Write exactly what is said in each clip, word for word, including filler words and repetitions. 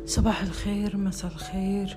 صباح الخير، مساء الخير،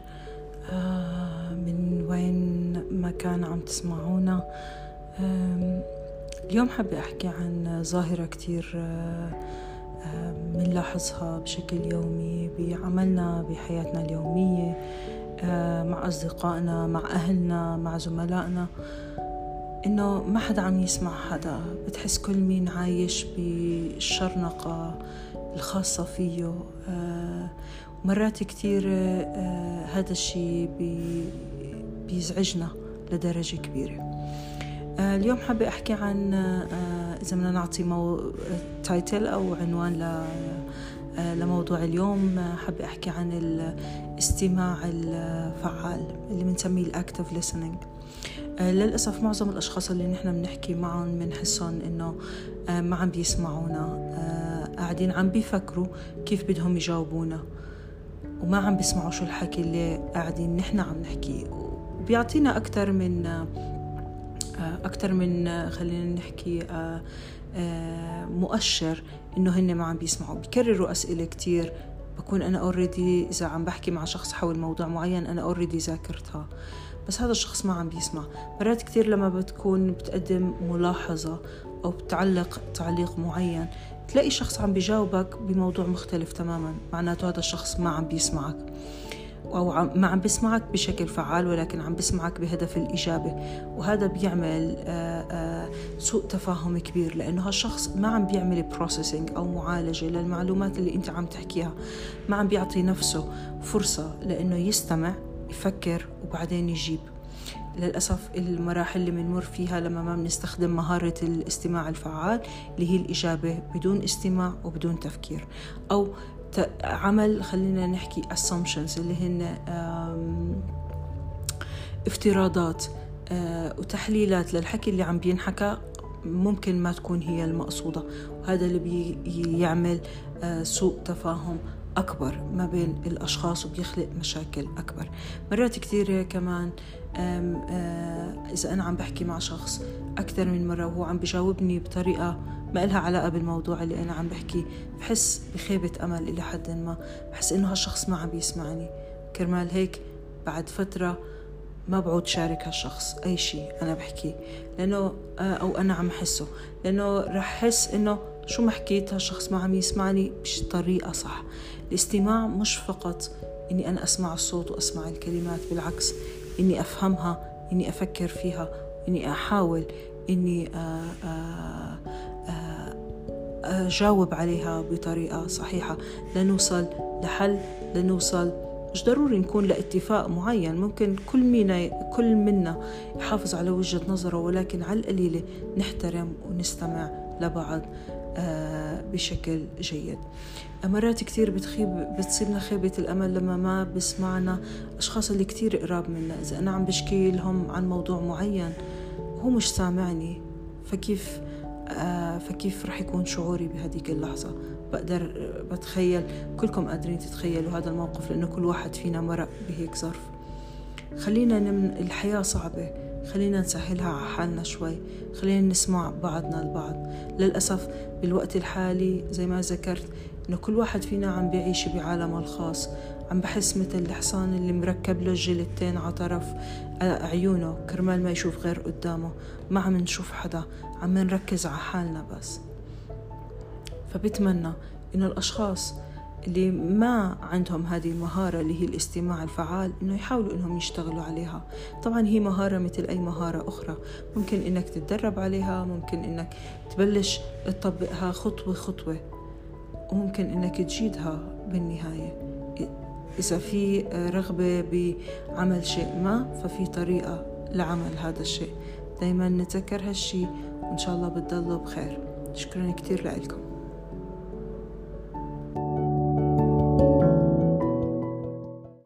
آه من وين ما كان عم تسمعونا. آه اليوم حابة أحكي عن ظاهرة كتير آه آه منلاحظها بشكل يومي بعملنا بحياتنا اليومية، آه مع أصدقائنا، مع أهلنا، مع زملائنا، إنه ما حدا عم يسمع حدا. بتحس كل مين عايش بالشرنقة الخاصة فيه. آه مرات كتير آه هذا الشيء بي بيزعجنا لدرجة كبيرة. آه اليوم حابة أحكي عن آه إذا بدنا نعطي مو... تايتل أو عنوان ل... آه لموضوع اليوم. آه حابة أحكي عن الاستماع الفعال اللي بنسميه الأكتيف ليسنينج. آه للأسف معظم الأشخاص اللي نحن بنحكي معهم بنحسهم إنه آه ما عم بيسمعونا، آه قاعدين عم بيفكروا كيف بدهم يجاوبونا، وما عم بيسمعوا شو الحكي اللي قاعدين نحن عم نحكيه. وبيعطينا أكتر من آه أكتر من آه خلينا نحكي آه آه مؤشر إنه هن ما عم بيسمعوا. بيكرروا أسئلة كتير، بكون أنا أوريدي إذا عم بحكي مع شخص حول موضوع معين أنا أوريدي ذاكرتها، بس هذا الشخص ما عم بيسمع. مرات كتير لما بتكون بتقدم ملاحظة أو بتعلق تعليق معين تلاقي شخص عم بيجاوبك بموضوع مختلف تماما، معناته هذا الشخص ما عم بيسمعك، أو ما عم بيسمعك بشكل فعال، ولكن عم بيسمعك بهدف الإجابة. وهذا بيعمل آآ آآ سوء تفاهم كبير، لأنه هالشخص ما عم بيعمل بروسيسنج أو معالجة للمعلومات اللي أنت عم تحكيها، ما عم بيعطي نفسه فرصة لأنه يستمع يفكر وبعدين يجيب. للأسف المراحل اللي بنمر فيها لما ما بنستخدم مهارة الاستماع الفعال اللي هي الإجابة بدون استماع وبدون تفكير، أو عمل خلينا نحكي assumptions اللي هن افتراضات وتحليلات للحكي اللي عم بينحكى ممكن ما تكون هي المقصودة، وهذا اللي بيعمل سوء تفاهم أكبر ما بين الأشخاص وبيخلق مشاكل أكبر. مرات كثيرة كمان آم آم إذا أنا عم بحكي مع شخص أكثر من مرة وهو عم بيجاوبني بطريقة ما إلها علاقة بالموضوع اللي أنا عم بحكي، بحس بخيبة أمل إلى حد ما، بحس إنه هالشخص ما عم بيسمعني. كرمال هيك بعد فترة ما بعود شارك هالشخص أي شيء أنا بحكي، لأنه أو أنا عم أحسه، لأنه رح أحس إنه شو ما حكيت هالشخص ما عم يسمعني بطريقة صح. الاستماع مش فقط إني أنا أسمع الصوت وأسمع الكلمات، بالعكس إني أفهمها، إني أفكر فيها، إني أحاول إني أجاوب عليها بطريقة صحيحة لنوصل لحل، لنوصل مش ضروري نكون لاتفاق معين، ممكن كل منا كل منا يحافظ على وجهة نظره، ولكن على القليلة نحترم ونستمع لبعض بشكل جيد. مرات كتير بتخيب بتصيبنا خيبة الأمل لما ما بسمعنا أشخاص اللي كتير قراب منا. إذا أنا عم بشكي لهم عن موضوع معين وهو مش سامعني، فكيف آه فكيف رح يكون شعوري بهذيك اللحظة؟ بقدر بتخيل كلكم قادرين تتخيلوا هذا الموقف، لأنه كل واحد فينا مرق بهيك ظرف. خلينا نمن الحياة صعبة، خلينا نسهلها على حالنا شوي، خلينا نسمع بعضنا البعض. للأسف بالوقت الحالي زي ما ذكرت إنه كل واحد فينا عم بيعيش بعالمه الخاص، عم بحس مثل الحصان اللي مركب له جلتين على طرف عيونه كرمال ما يشوف غير قدامه، ما عم نشوف حدا، عم نركز على حالنا بس. فبتمنى إنه الأشخاص اللي ما عندهم هذه المهارة اللي هي الاستماع الفعال إنه يحاولوا إنهم يشتغلوا عليها. طبعا هي مهارة مثل أي مهارة أخرى، ممكن إنك تتدرب عليها، ممكن إنك تبلش تطبقها خطوة خطوة، وممكن إنك تجيدها بالنهاية. إذا في رغبة بعمل شيء ما ففي طريقة لعمل هذا الشيء. دايما نتذكر هالشي، وإن شاء الله بتضلوا بخير. شكرا كتير لكم.